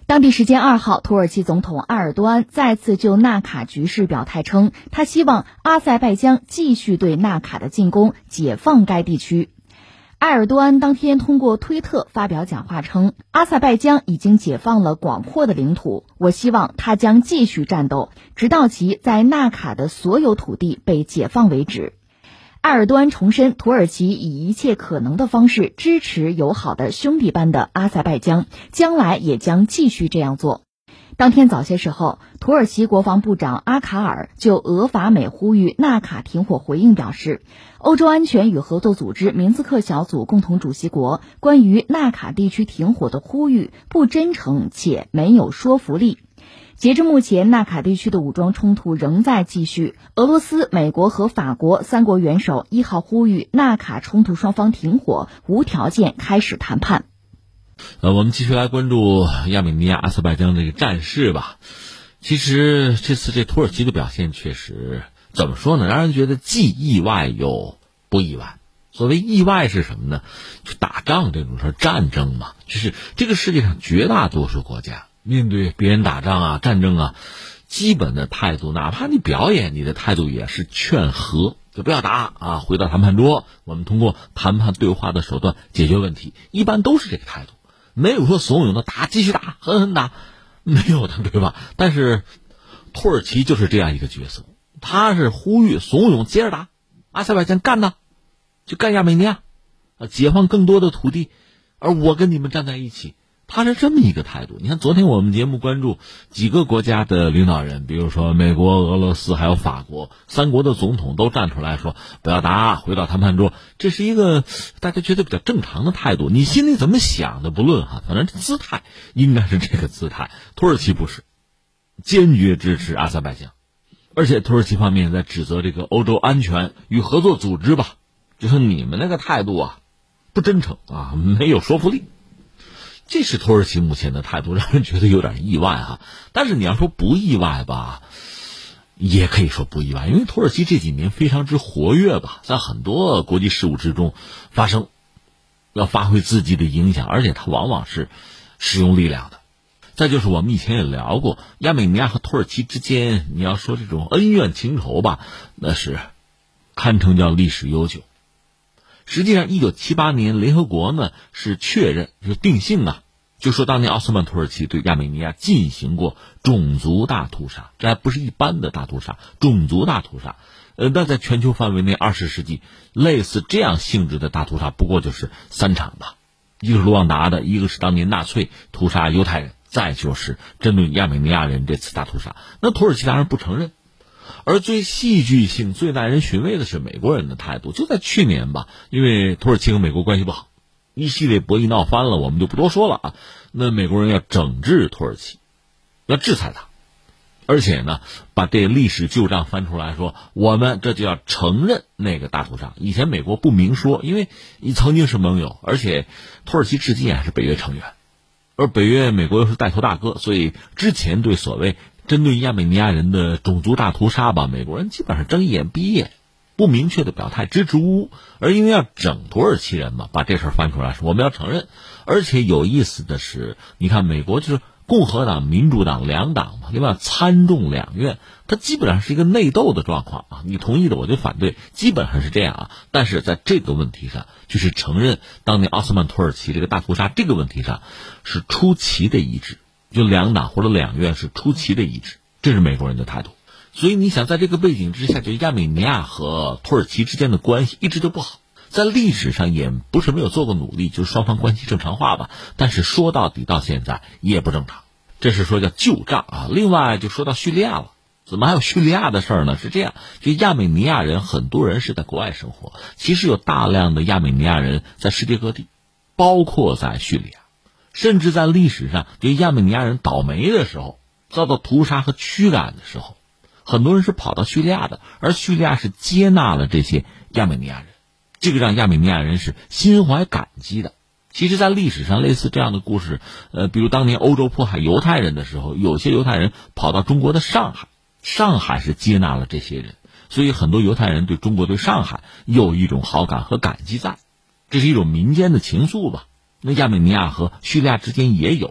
当地时间2号，土耳其总统埃尔多安再次就纳卡局势表态称，他希望阿塞拜疆继续对纳卡的进攻，解放该地区。埃尔多安当天通过推特发表讲话称，阿塞拜疆已经解放了广阔的领土，我希望他将继续战斗，直到其在纳卡的所有土地被解放为止。埃尔多安重申，土耳其以一切可能的方式支持友好的兄弟般的阿塞拜疆，将来也将继续这样做。当天早些时候，土耳其国防部长阿卡尔就俄法美呼吁纳卡停火回应表示，欧洲安全与合作组织明斯克小组共同主席国关于纳卡地区停火的呼吁不真诚且没有说服力。截至目前，纳卡地区的武装冲突仍在继续。俄罗斯、美国和法国3国元首1号呼吁纳卡冲突双方停火，无条件开始谈判。 我们继续来关注亚美尼亚阿塞拜疆这个战事吧。其实这次这土耳其的表现确实怎么说呢，让人觉得既意外又不意外。所谓意外是什么呢？就打仗这种事儿，战争嘛，就是这个世界上绝大多数国家面对别人打仗啊、战争啊，基本的态度，哪怕你表演，你的态度也是劝和，就不要打啊，回到谈判桌，我们通过谈判对话的手段解决问题，一般都是这个态度，没有说怂恿的打，继续打，狠狠打，没有的，对吧？但是土耳其就是这样一个角色，他是呼吁怂恿接着打，阿塞拜疆干呐，就干亚美尼亚，解放更多的土地，而我跟你们站在一起。他是这么一个态度。你看昨天我们节目关注几个国家的领导人，比如说美国、俄罗斯还有法国3国的总统都站出来说不要打，回到谈判桌，这是一个大家觉得比较正常的态度。你心里怎么想的不论哈，反正姿态应该是这个姿态。土耳其不是，坚决支持阿塞拜疆，而且土耳其方面在指责这个欧洲安全与合作组织吧，就说你们那个态度啊不真诚啊，没有说服力。这是土耳其目前的态度，让人觉得有点意外哈。但是你要说不意外吧，也可以说不意外，因为土耳其这几年非常之活跃吧，在很多国际事务之中发生，要发挥自己的影响，而且它往往是使用力量的。再就是我们以前也聊过，亚美尼亚和土耳其之间，你要说这种恩怨情仇吧，那是堪称叫历史悠久。实际上1978年联合国呢是确认，就定性啊，就说当年奥斯曼土耳其对亚美尼亚进行过种族大屠杀，这还不是一般的大屠杀，种族大屠杀。那在全球范围内20世纪类似这样性质的大屠杀不过就是3场吧，一个是卢旺达的，一个是当年纳粹屠杀犹太人，再就是针对亚美尼亚人这次大屠杀。那土耳其当然不承认。而最戏剧性、最耐人寻味的是美国人的态度。就在去年吧，因为土耳其和美国关系不好，一系列博弈闹翻了，我们就不多说了啊。那美国人要整治土耳其，要制裁他，而且呢，把这历史旧账翻出来说，我们这就要承认那个大屠杀。以前美国不明说，因为你曾经是盟友，而且土耳其至今还是北约成员，而北约美国又是带头大哥，所以之前对所谓针对亚美尼亚人的种族大屠杀吧，美国人基本上睁一眼闭一眼，不明确的表态支支吾吾。而因为要整土耳其人嘛，把这事儿翻出来说我们要承认。而且有意思的是，你看美国就是共和党、民主党两党嘛，另外参众两院，它基本上是一个内斗的状况啊，你同意的我就反对，基本上是这样啊。但是在这个问题上，就是承认当年奥斯曼土耳其这个大屠杀这个问题上是出奇的一致。就两党或者两院是出奇的一致，这是美国人的态度。所以你想，在这个背景之下，就亚美尼亚和土耳其之间的关系一直就不好，在历史上也不是没有做过努力，就是双方关系正常化吧。但是说到底到现在也不正常，这是说叫旧账啊。另外就说到叙利亚了，怎么还有叙利亚的事儿呢？是这样，就亚美尼亚人很多人是在国外生活，其实有大量的亚美尼亚人在世界各地，包括在叙利亚。甚至在历史上，就亚美尼亚人倒霉的时候，遭到屠杀和驱赶的时候，很多人是跑到叙利亚的，而叙利亚是接纳了这些亚美尼亚人，这个让亚美尼亚人是心怀感激的。其实在历史上类似这样的故事，比如当年欧洲迫害犹太人的时候，有些犹太人跑到中国的上海，上海是接纳了这些人，所以很多犹太人对中国、对上海有一种好感和感激在，这是一种民间的情愫吧。那亚美尼亚和叙利亚之间也有，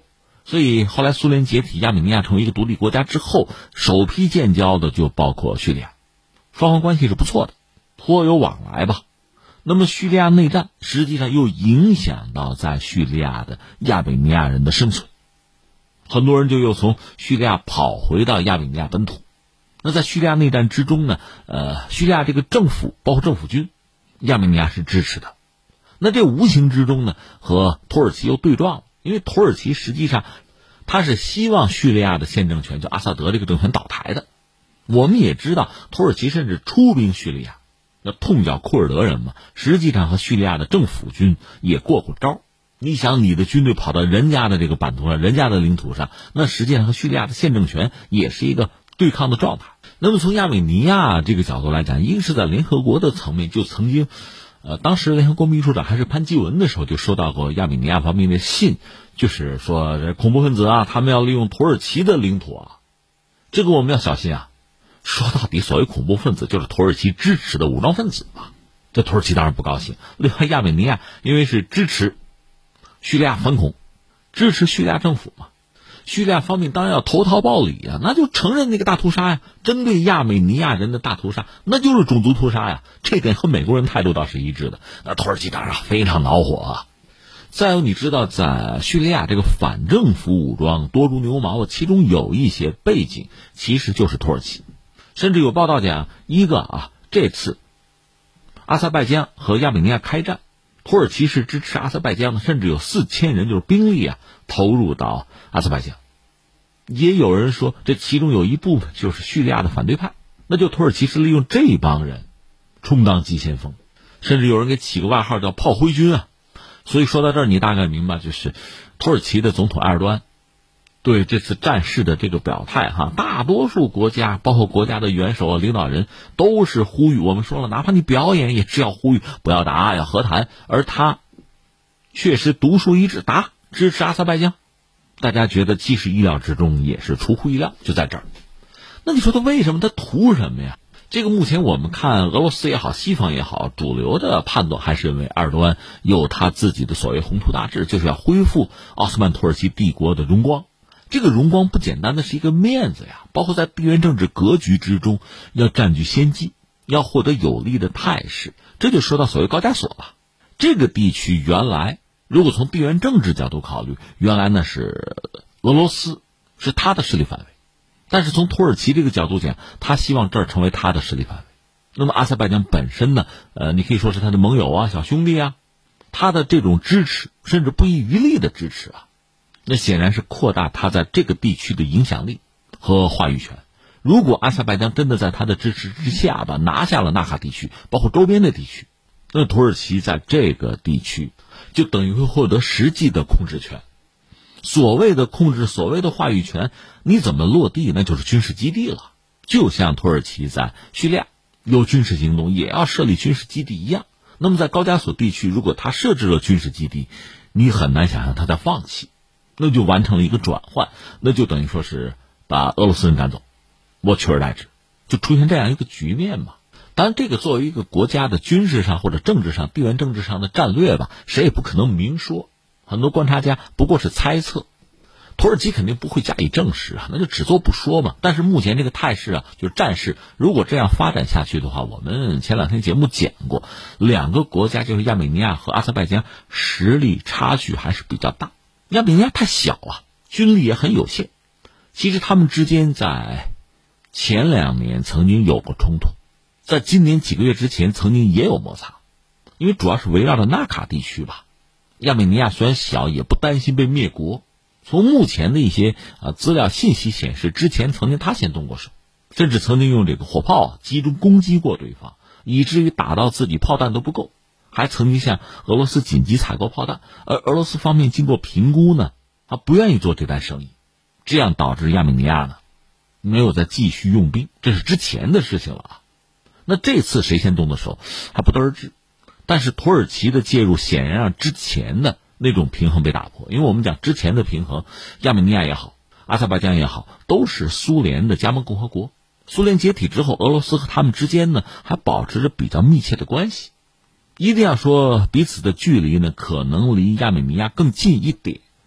所以后来苏联解体，亚美尼亚成为一个独立国家之后，首批建交的就包括叙利亚，双方关系是不错的，颇有往来吧。那么叙利亚内战实际上又影响到在叙利亚的亚美尼亚人的生存，很多人就又从叙利亚跑回到亚美尼亚本土。那在叙利亚内战之中呢，叙利亚这个政府包括政府军，亚美尼亚是支持的。那这无形之中呢，和土耳其又对撞了，因为土耳其实际上他是希望叙利亚的现政权就阿萨德这个政权倒台的。我们也知道土耳其甚至出兵叙利亚，要痛剿库尔德人嘛，实际上和叙利亚的政府军也过招。你想你的军队跑到人家的这个版图上，人家的领土上，那实际上和叙利亚的现政权也是一个对抗的状态。那么从亚美尼亚这个角度来讲，一个是在联合国的层面就曾经当时联合国秘书长还是潘基文的时候就收到过亚美尼亚方面的信，就是说这恐怖分子啊，他们要利用土耳其的领土啊，这个我们要小心啊。说到底所谓恐怖分子就是土耳其支持的武装分子嘛，这土耳其当然不高兴。另外亚美尼亚因为是支持叙利亚反恐，支持叙利亚政府嘛，叙利亚方面当然要投桃报李啊，那就承认那个大屠杀呀，针对亚美尼亚人的大屠杀，那就是种族屠杀呀，这点和美国人态度倒是一致的。那土耳其当然非常恼火啊。再有你知道在叙利亚这个反政府武装多如牛毛，其中有一些背景其实就是土耳其，甚至有报道讲这次阿塞拜疆和亚美尼亚开战，土耳其是支持阿塞拜疆的，甚至有4000人就是兵力投入到阿塞拜疆。也有人说这其中有一部分就是叙利亚的反对派，那就土耳其是利用这帮人充当急先锋，甚至有人给起个外号叫炮灰军啊。所以说到这儿你大概明白，就是土耳其的总统埃尔多安对这次战事的这个表态大多数国家包括国家的元首领导人都是呼吁，我们说了，哪怕你表演也是要呼吁不要打，要和谈，而他确实独树一帜，支持阿塞拜疆。大家觉得既是意料之中也是出乎意料，就在这儿。那你说他为什么，他图什么呀？这个目前我们看俄罗斯也好，西方也好，主流的判断还是认为埃尔多安有他自己的所谓宏图大志，就是要恢复奥斯曼土耳其帝国的荣光。这个荣光不简单的是一个面子呀，包括在地缘政治格局之中要占据先机，要获得有利的态势。这就说到所谓高加索了。这个地区原来如果从地缘政治角度考虑，原来呢是俄罗斯，是他的势力范围。但是从土耳其这个角度讲，他希望这儿成为他的势力范围。那么阿塞拜疆本身呢，你可以说是他的盟友啊、小兄弟啊，他的这种支持，甚至不遗余力的支持啊，那显然是扩大他在这个地区的影响力和话语权。如果阿塞拜疆真的在他的支持之下拿下了纳卡地区，包括周边的地区，那土耳其在这个地区就等于会获得实际的控制权。所谓的控制，所谓的话语权，你怎么落地？那就是军事基地了。就像土耳其在叙利亚有军事行动，也要设立军事基地一样。那么在高加索地区，如果他设置了军事基地，你很难想象他在放弃，那就完成了一个转换，那就等于说是把俄罗斯人赶走，我取而代之，就出现这样一个局面嘛。当然这个作为一个国家的军事上或者政治上、地缘政治上的战略谁也不可能明说，很多观察家不过是猜测，土耳其肯定不会加以证实那就只做不说嘛。但是目前这个态势就是战事，如果这样发展下去的话，我们前2天节目讲过，两个国家就是亚美尼亚和阿塞拜疆实力差距还是比较大。亚美尼亚太小军力也很有限。其实他们之间在前2年曾经有过冲突，在今年几个月之前曾经也有摩擦，因为主要是围绕着纳卡地区亚美尼亚虽然小，也不担心被灭国。从目前的一些资料信息显示，之前曾经他先动过手，甚至曾经用这个火炮集中攻击过对方，以至于打到自己炮弹都不够，还曾经向俄罗斯紧急采购炮弹。而俄罗斯方面经过评估呢，他不愿意做这单生意，这样导致亚美尼亚呢没有再继续用兵，这是之前的事情了那这次谁先动的手还不得而知。但是土耳其的介入显然让之前的那种平衡被打破，因为我们讲之前的平衡，亚美尼亚也好，阿塞拜疆也好，都是苏联的加盟共和国。苏联解体之后，俄罗斯和他们之间呢还保持着比较密切的关系。一定要说彼此的距离呢，可能离亚美尼亚更近一点，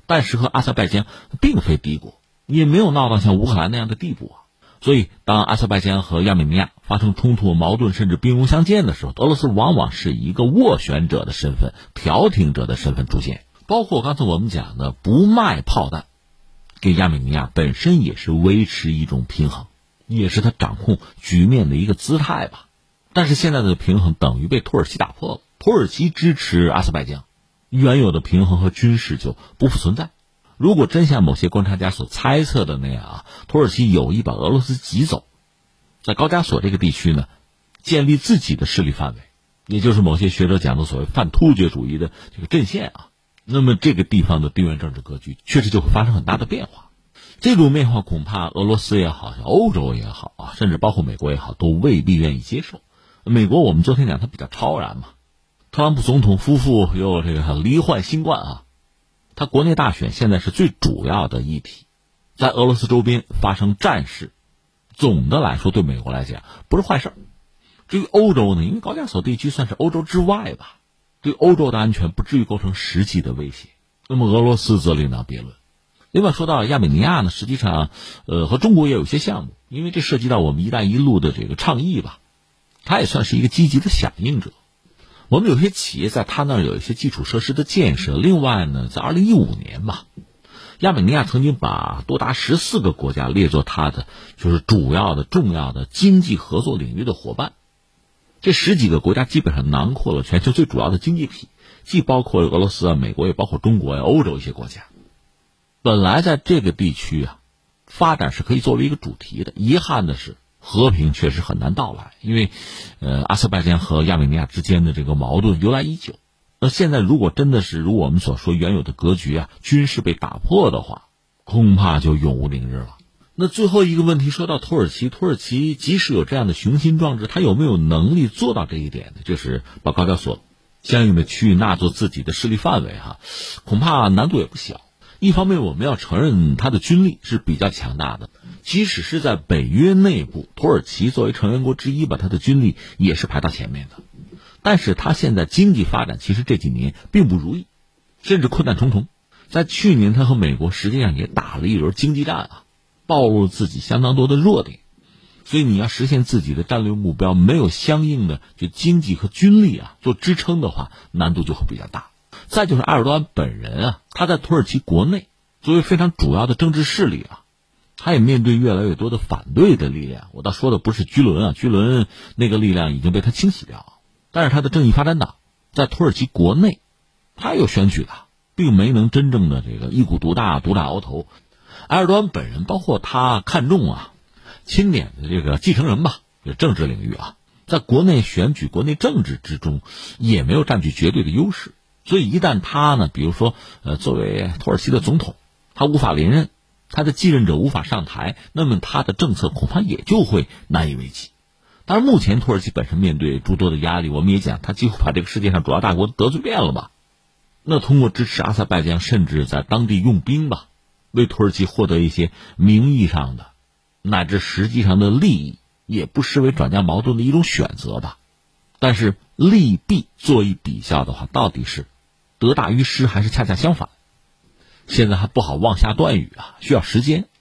但是和阿塞拜疆并非敌国，也没有闹到像乌克兰那样的地步啊。所以当阿塞拜疆和亚美尼亚发生冲突、矛盾甚至兵戎相见的时候，俄罗斯往往是以一个斡旋者的身份、调停者的身份出现。包括刚才我们讲的不卖炮弹，给亚美尼亚本身也是维持一种平衡，也是他掌控局面的一个姿态吧。但是现在的平衡等于被土耳其打破了，土耳其支持阿塞拜疆，原有的平衡和军事就不复存在。如果真像某些观察家所猜测的那样啊，土耳其有意把俄罗斯挤走，在高加索这个地区呢，建立自己的势力范围，也就是某些学者讲的所谓泛突厥主义的这个阵线啊，那么这个地方的地缘政治格局确实就会发生很大的变化。这种变化恐怕俄罗斯也好，欧洲也好啊，甚至包括美国也好，都未必愿意接受。美国我们昨天讲它比较超然嘛，特朗普总统夫妇又这个罹患新冠啊，他国内大选现在是最主要的议题，在俄罗斯周边发生战事，总的来说对美国来讲不是坏事。至于欧洲呢，因为高加索地区算是欧洲之外吧，对欧洲的安全不至于构成实际的威胁。那么俄罗斯则另当别论。另外说到亚美尼亚呢，实际上和中国也有一些项目，因为这涉及到我们一带一路的这个倡议吧，它也算是一个积极的响应者。我们有些企业在它那儿有一些基础设施的建设。另外呢，在2015年吧，亚美尼亚曾经把多达14个国家列作它的就是主要的重要的经济合作领域的伙伴。这10几个国家基本上囊括了全球最主要的经济体，既包括俄罗斯啊、美国，也包括中国呀、欧洲一些国家。本来在这个地区啊，发展是可以作为一个主题的。遗憾的是，和平确实很难到来，因为阿塞拜疆和亚美尼亚之间的这个矛盾由来已久。那现在如果真的是如我们所说原有的格局啊，军事被打破的话，恐怕就永无宁日了。那最后一个问题说到土耳其，土耳其即使有这样的雄心壮志，它有没有能力做到这一点呢？就是把高加索相应的区域纳作自己的势力范围哈，恐怕难度也不小。一方面我们要承认它的军力是比较强大的，即使是在北约内部，土耳其作为成员国之一吧，它的军力也是排到前面的。但是它现在经济发展其实这几年并不如意，甚至困难重重。在去年它和美国实际上也打了一轮经济战啊，暴露了自己相当多的弱点。所以你要实现自己的战略目标，没有相应的就经济和军力啊做支撑的话，难度就会比较大。再就是埃尔多安本人啊，他在土耳其国内作为非常主要的政治势力啊，他也面对越来越多的反对的力量。我倒说的不是居伦啊，居伦那个力量已经被他清洗掉，但是他的正义发展党在土耳其国内他有选举的，并没能真正的这个一股独大鳌头。埃尔多安本人包括他看重啊钦点的这个继承人吧，政治领域啊，在国内选举国内政治之中也没有占据绝对的优势。所以一旦他呢，比如说作为土耳其的总统，他无法连任，他的继任者无法上台，那么他的政策恐怕也就会难以为继。当然目前土耳其本身面对诸多的压力，我们也讲他几乎把这个世界上主要大国得罪遍了吧。那通过支持阿塞拜疆，甚至在当地用兵吧，为土耳其获得一些名义上的乃至实际上的利益，也不失为转嫁矛盾的一种选择吧。但是利弊做一比较的话，到底是得大于失还是恰恰相反，现在还不好妄下断语啊，需要时间